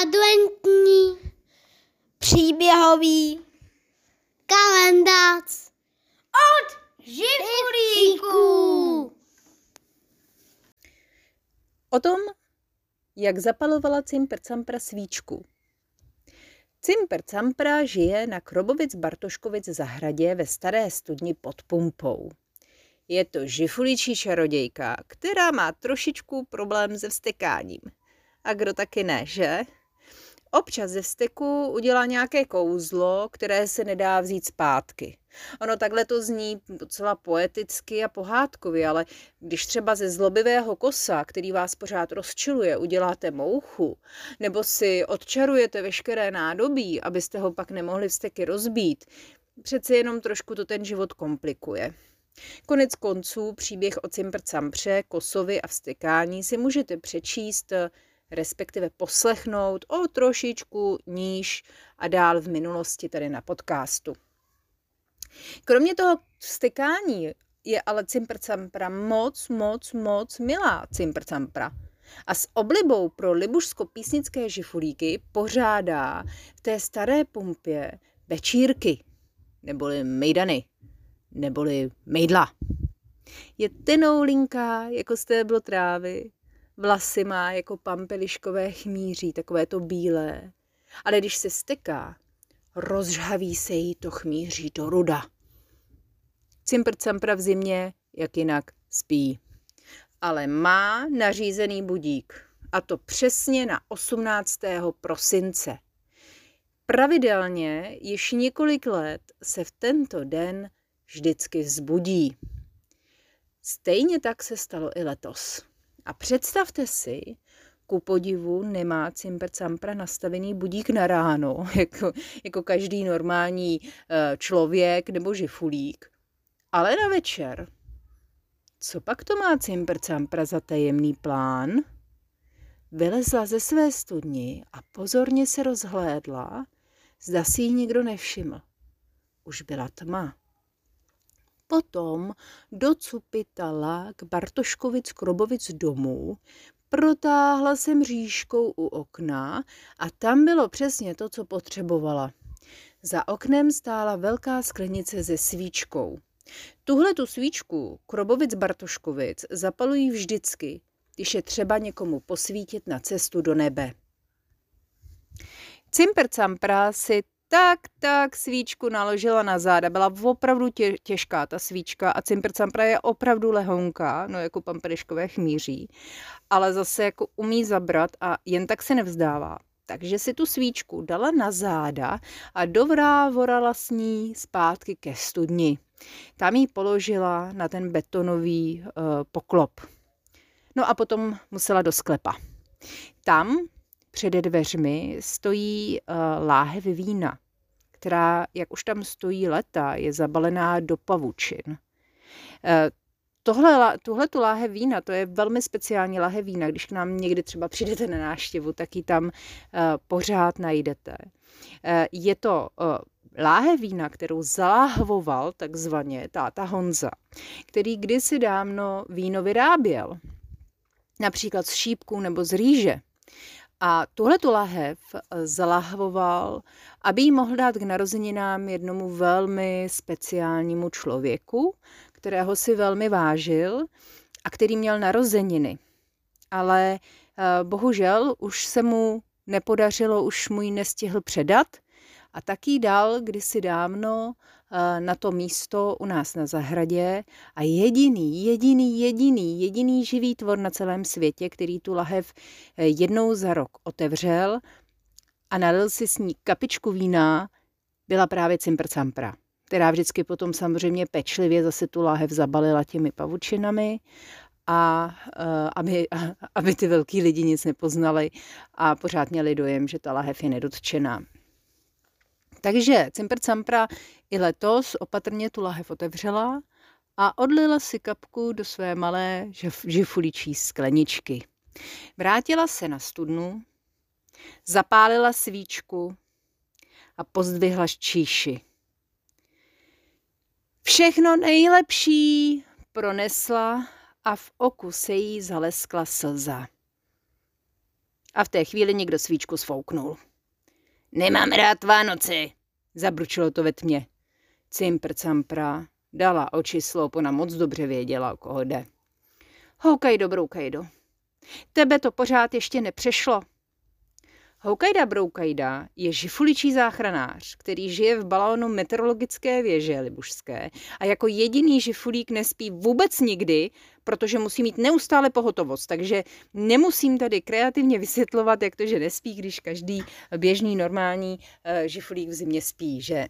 adventní příběhový kalendář od Žifulíků. O tom, jak zapalovala Cimpr-Campra svíčku. Cimpr-Campra žije na Krobovic-Bartoškovic zahradě ve staré studni pod pumpou. Je to žifulíčí čarodějka, která má trošičku problém se vztekáním. A kdo taky ne, že? Občas ze vzteku udělá nějaké kouzlo, které se nedá vzít zpátky. Ono takhle to zní docela poeticky a pohádkově, ale když třeba ze zlobivého kosa, který vás pořád rozčiluje, uděláte mouchu, nebo si odčarujete veškeré nádobí, abyste ho pak nemohli vzteky rozbít, přece jenom trošku to ten život komplikuje. Konec konců příběh o Cimpr-Campře, kosovi a vztekání si můžete přečíst, respektive poslechnout o trošičku níž a dál v minulosti tady na podcastu. Kromě toho vztekání je ale Cimpr-Campra moc milá Cimpr-Campra. A s oblibou pro libušsko-písnické žifulíky pořádá v té staré pumpě večírky, neboli mejdany, neboli mejdla. Je tenoulinká jako stéblo trávy, vlasy má jako pampeliškové chmíří, takové to bílé. Ale když se steká, rozžhaví se jí to chmíří do ruda. Cimpr-Campra v zimě, jak jinak, spí. Ale má nařízený budík. A to přesně na 18. prosince. Pravidelně již několik let se v tento den vždycky vzbudí. Stejně tak se stalo i letos. A představte si, ku podivu nemá Cimpr-Campra nastavený budík na ráno, jako každý normální člověk nebo žifulík, ale na večer. Co pak to má Cimpr-Campra za tajemný plán? Vylezla ze své studni a pozorně se rozhlédla, zda si ji nikdo nevšiml. Už byla tma. Potom docupitala k Bartoškovic-Krobovic domů, protáhla se mřížkou u okna a tam bylo přesně to, co potřebovala. Za oknem stála velká sklenice se svíčkou. Tuhletu svíčku Krobovic-Bartoškovic zapalují vždycky, když je třeba někomu posvítit na cestu do nebe. Cimpr-Campra si tak svíčku naložila na záda. Byla opravdu těžká ta svíčka a Cimpr-Campra je opravdu lehonká, no jako pampeliškové chmíří, ale zase jako umí zabrat a jen tak se nevzdává. Takže si tu svíčku dala na záda a dovrávorala s ní zpátky ke studni. Tam ji položila na ten betonový poklop. No a potom musela do sklepa. Tam před dveřmi stojí láhev vína, která, jak už tam stojí leta, je zabalená do pavučin. Tuhletu láhev vína, to je velmi speciální láhev vína, když k nám někdy třeba přijdete na návštěvu, tak ji tam pořád najdete. Je to láhev vína, kterou zaláhvoval takzvaně táta Honza, který kdysi dávno víno vyráběl, například z šípků nebo z rýže. A tuhletu láhev zalahvoval, aby ji mohl dát k narozeninám jednomu velmi speciálnímu člověku, kterého si velmi vážil a který měl narozeniny. Ale bohužel už se mu nepodařilo, už mu ji nestihl předat a tak ji dal kdysi dávno na to místo u nás na zahradě a jediný živý tvor na celém světě, který tu lahev jednou za rok otevřel a nalil si s ní kapičku vína, byla právě Cimpr-Campra, která vždycky potom samozřejmě pečlivě zase tu lahev zabalila těmi pavučinami, a aby ty velký lidi nic nepoznali a pořád měli dojem, že ta lahev je nedotčená. Takže Cimpr-Campra i letos opatrně tu lahev otevřela a odlila si kapku do své malé žifulíčí skleničky. Vrátila se na studnu, zapálila svíčku a pozdvihla číši. Všechno nejlepší pronesla a v oku se jí zaleskla slza. A v té chvíli někdo svíčku sfouknul. Nemám rád Vánoce, zabručilo to ve tmě. Cimpr-campra dala oči sloup, ona moc dobře věděla, o koho jde. Houkajdo, broukajdo, tebe to pořád ještě nepřešlo. Houkajda Broukajda je žifuličí záchranář, který žije v balónu meteorologické věže libušské a jako jediný žifulík nespí vůbec nikdy, protože musí mít neustále pohotovost. Takže nemusím tady kreativně vysvětlovat, jak to, že nespí, když každý běžný normální žifulík v zimě spí, že?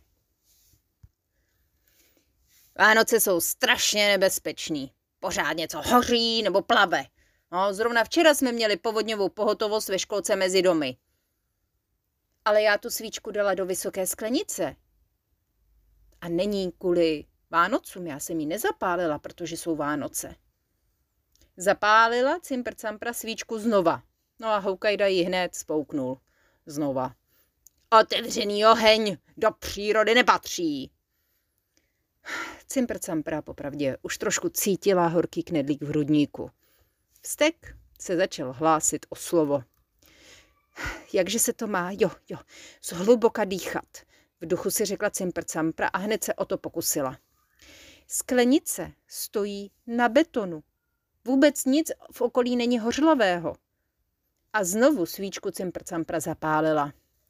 Vánoce jsou strašně nebezpečný. Pořád něco hoří nebo plave. No, zrovna včera jsme měli povodňovou pohotovost ve školce mezi domy. Ale já tu svíčku dala do vysoké sklenice. A není kvůli Vánocům, já jsem ji nezapálila, protože jsou Vánoce. Zapálila Cimpr-campra svíčku znova. No a Houkajda ji hned spouknul znova. Otevřený oheň do přírody nepatří. Cimpr-campra popravdě už trošku cítila horký knedlík v hrudníku. Vztek se začal hlásit o slovo. Jakže se to má? Jo, zhluboka dýchat. V duchu si řekla Cimpr-campra a hned se o to pokusila. Sklenice stojí na betonu. Vůbec nic v okolí není hořlavého. A znovu svíčku Cimpr-campra zapálila.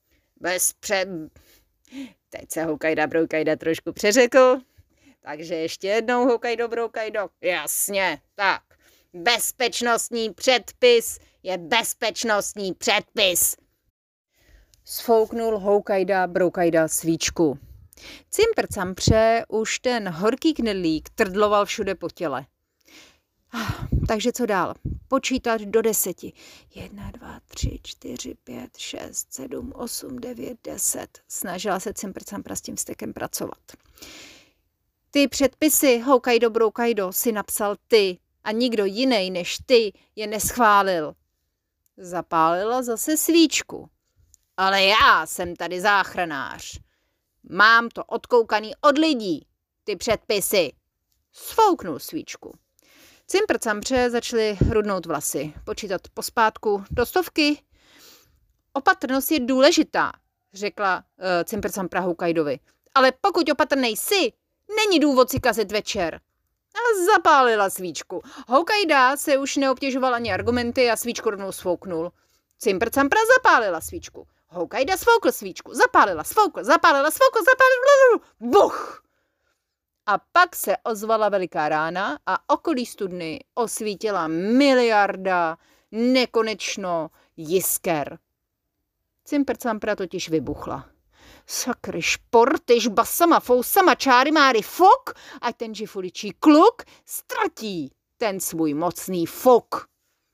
Teď se Houkajda Broukajda trošku přeřekl. Takže ještě jednou Houkajdo Broukajdo. Jasně, tak. Bezpečnostní předpis je bezpečnostní předpis. Sfouknul Houkajda Broukajda svíčku. Cimpr-campře už ten horký knedlík trdloval všude po těle. Takže co dál? Počítat do 10. 1, 2, 3, 4, 5, 6, 7, 8, 9, 10. Snažila se Cimpr-campra s tím vztekem pracovat. Ty předpisy, Houkajdo Broukajdo, si napsal ty a nikdo jiný než ty je neschválil. Zapálila zase svíčku. Ale já jsem tady záchranář. Mám to odkoukaný od lidí, ty předpisy. Sfouknul svíčku. Cimpr-campře začaly hrudnout vlasy. Počítat pospátku do 100. Opatrnost je důležitá, řekla Cimpr-campra Houkajdovi. Ale pokud opatrnej jsi, není důvod si kazit večer. A zapálila svíčku. Houkajda se už neobtěžoval ani argumenty a svíčku rovnou sfouknul. Cimpr-campra zapálila svíčku. Houkajda sfoukl svíčku. Zapálila, sfoukl, zapálila, sfoukl, zapálila. Buch! A pak se ozvala veliká rána a okolí studny osvítila miliarda nekonečno jisker. Cimpr-campra totiž vybuchla. Sakry, športyš, basama, fousama, čáry, máry, fok, ať ten žifuličí kluk ztratí ten svůj mocný fok.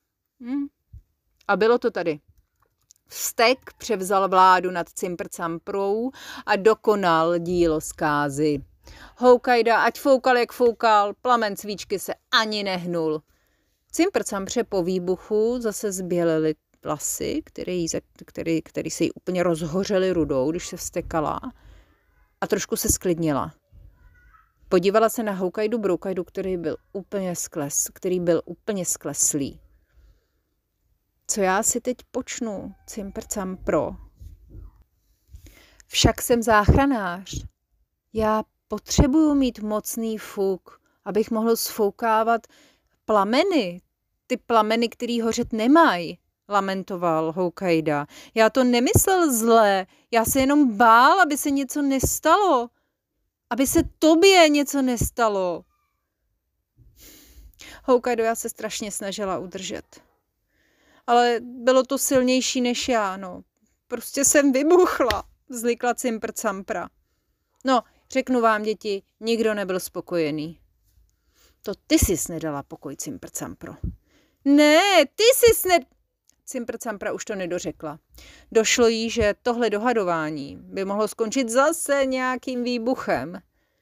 A bylo to tady. Vztek převzal vládu nad Cimpr-camprou a dokonal dílo zkázy. Houkajda, ať foukal, jak foukal, plamen svíčky se ani nehnul. Cimpr-campře po výbuchu zase zbělily vlasy, které se jí úplně rozhořely rudou, když se vztekala, a trošku se sklidnila. Podívala se na Houkajdu Broukajdu, který byl úplně skleslý. Co já si teď počnu, Cimpr-campro? Však jsem záchranář. Já potřebuju mít mocný fuk, abych mohl sfoukávat plameny. Ty plameny, který hořet nemají, lamentoval Houkajda. Já to nemyslel zlé, já se jenom bál, aby se něco nestalo. Aby se tobě něco nestalo. Houkajdo, já se strašně snažila udržet. Ale bylo to silnější než já, no. Prostě jsem vybuchla, vzlikla Cimpr-campra. No, řeknu vám, děti, nikdo nebyl spokojený. To ty jsi nedala pokoj, Cimpr-campro. Ne, ty jsi Cimpr-campra už to nedořekla. Došlo jí, že tohle dohadování by mohlo skončit zase nějakým výbuchem.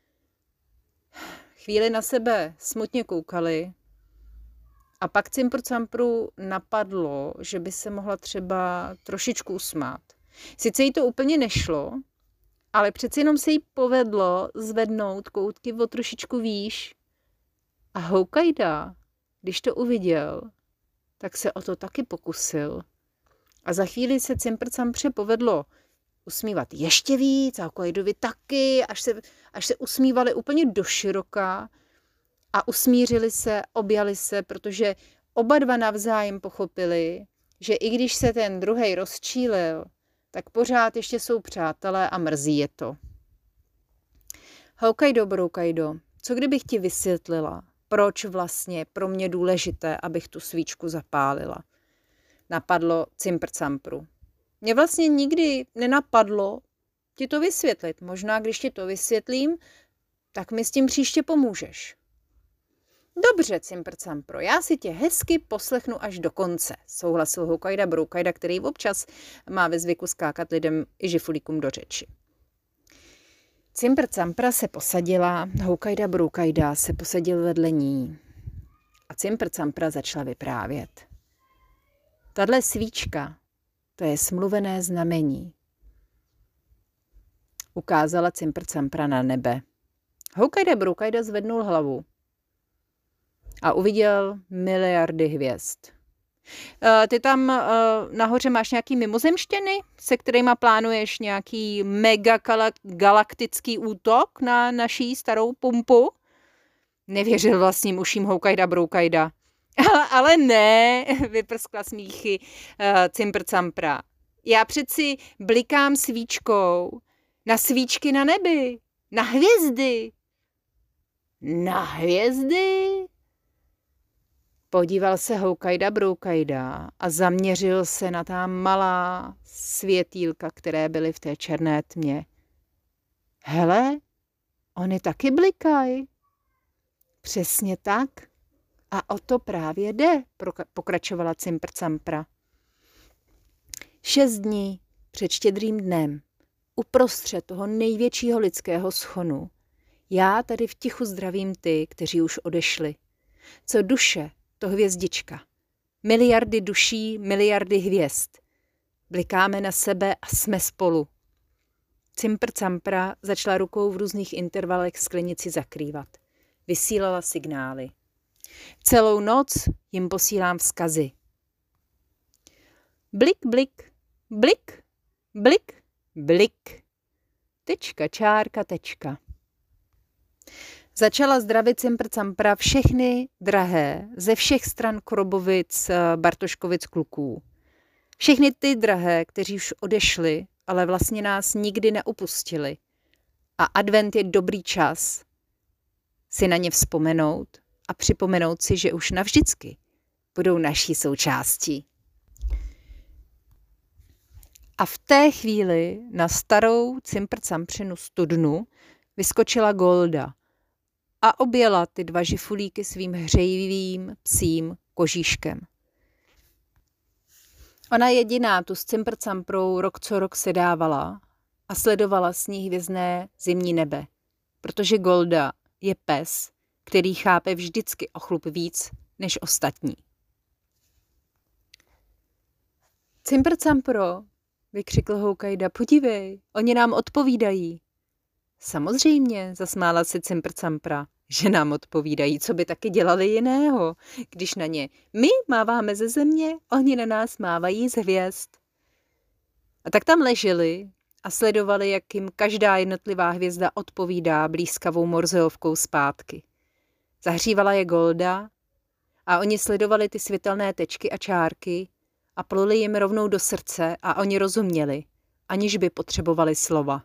Chvíli na sebe smutně koukali a pak Cimpr-campru napadlo, že by se mohla třeba trošičku usmát. Sice jí to úplně nešlo, ale přeci jenom se jí povedlo zvednout koutky o trošičku výš. A Houkajda, když to uviděl, tak se o to taky pokusil. A za chvíli se Cimpr-Campře povedlo usmívat ještě víc a Hokaidovi taky, až se usmívali úplně doširoka a usmířili se, objali se, protože oba dva navzájem pochopili, že i když se ten druhej rozčílil, tak pořád ještě jsou přátelé a mrzí je to. Hokaido, Broukaido, co kdybych ti vysvětlila, proč vlastně pro mě důležité, abych tu svíčku zapálila? Napadlo Cimpr-Campru. Mě vlastně nikdy nenapadlo ti to vysvětlit. Možná, když ti to vysvětlím, tak mi s tím příště pomůžeš. Dobře, Cimpr-Campro, já si tě hezky poslechnu až do konce, souhlasil Hokaida Broukaida, který občas má ve zvyku skákat lidem i žifulíkům do řeči. Cimpr-Campra se posadila, Hokaida Broukaida se posadil vedle ní a Cimpr-Campra začala vyprávět. Tahle svíčka, to je smluvené znamení. Ukázala Cimpr-Campra na nebe. Hokaida Broukaida zvednul hlavu a uviděl miliardy hvězd. Ty tam nahoře máš nějaký mimozemštěny, se kterýma plánuješ nějaký mega galaktický útok na naší starou pumpu? Nevěřil vlastním uším Hokaida Broukaida. Ale ne, vyprskla smíchy Cimpr-Campra. Já přeci blikám svíčkou na svíčky na nebi, na hvězdy. Na hvězdy? Podíval se Hokaida Broukaida a zaměřil se na ta malá světýlka, které byly v té černé tmě. Hele, oni taky blikají. Přesně tak. A o to právě jde, pokračovala Cimpr-Campra. 6 dní před Štědrým dnem, uprostřed toho největšího lidského schonu, já tady v tichu zdravím ty, kteří už odešli. Co duše, to hvězdička. Miliardy duší, miliardy hvězd. Blikáme na sebe a jsme spolu. Cimpr-Campra začala rukou v různých intervalech sklenici zakrývat. Vysílala signály. Celou noc jim posílám vzkazy. Blik, blik, blik, blik, blik. Tečka, čárka, tečka. Začala zdravit Cimpr-Campra všechny drahé ze všech stran Krobovic, Bartoškovic kluků. Všechny ty drahé, kteří už odešli, ale vlastně nás nikdy neopustili. A advent je dobrý čas si na ně vzpomenout a připomenout si, že už navždycky budou naší součástí. A v té chvíli na starou Cimpr-Campřinu studnu vyskočila Golda a objela ty 2 žifulíky svým hřejivým psím kožíškem. Ona jediná tu s Cimpr-Camprou rok co rok sedávala a sledovala s ní hvězdné zimní nebe, protože Golda je pes, který chápe vždycky o chlup víc než ostatní. Cimpr-Campro, vykřikl Hokaida, podívej, oni nám odpovídají. Samozřejmě, zasmála se Cimpr-Campra, že nám odpovídají, co by taky dělali jiného, když na ně my máváme ze země, oni na nás mávají z hvězd. A tak tam leželi a sledovali, jak jim každá jednotlivá hvězda odpovídá blízkavou morzeovkou zpátky. Zahřívala je Golda a oni sledovali ty světelné tečky a čárky a pluli jim rovnou do srdce a oni rozuměli, aniž by potřebovali slova.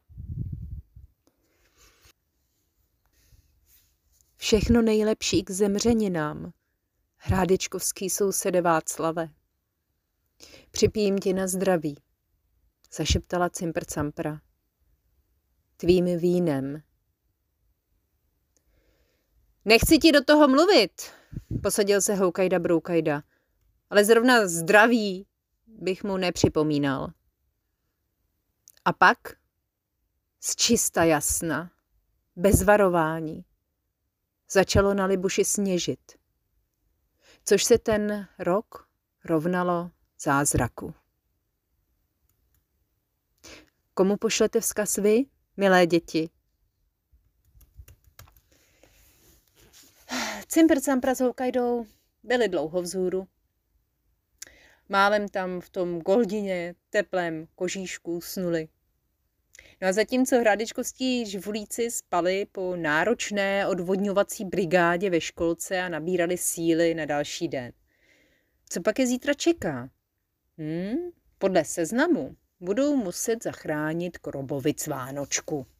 Všechno nejlepší k zemřeninám, hrádečkovský sousede Václave. Připijím ti na zdraví, zašeptala Cimpr-Campra. Tvým vínem. Nechci ti do toho mluvit, posadil se Hokaida Broukaida, ale zrovna zdraví bych mu nepřipomínal. A pak, z čista jasna, bez varování, začalo na Libuši sněžit, což se ten rok rovnalo zázraku. Komu pošlete vzkaz vy, milé děti? Cimpr-Campra s Hokaidou byli dlouho vzhůru Málem tam v tom goldině, teplém kožíšku snuli. No a zatímco hrádečkovští živulíci spali po náročné odvodňovací brigádě ve školce a nabírali síly na další den. Co pak je zítra čeká? Podle seznamu budou muset zachránit Krobovic Vánočku.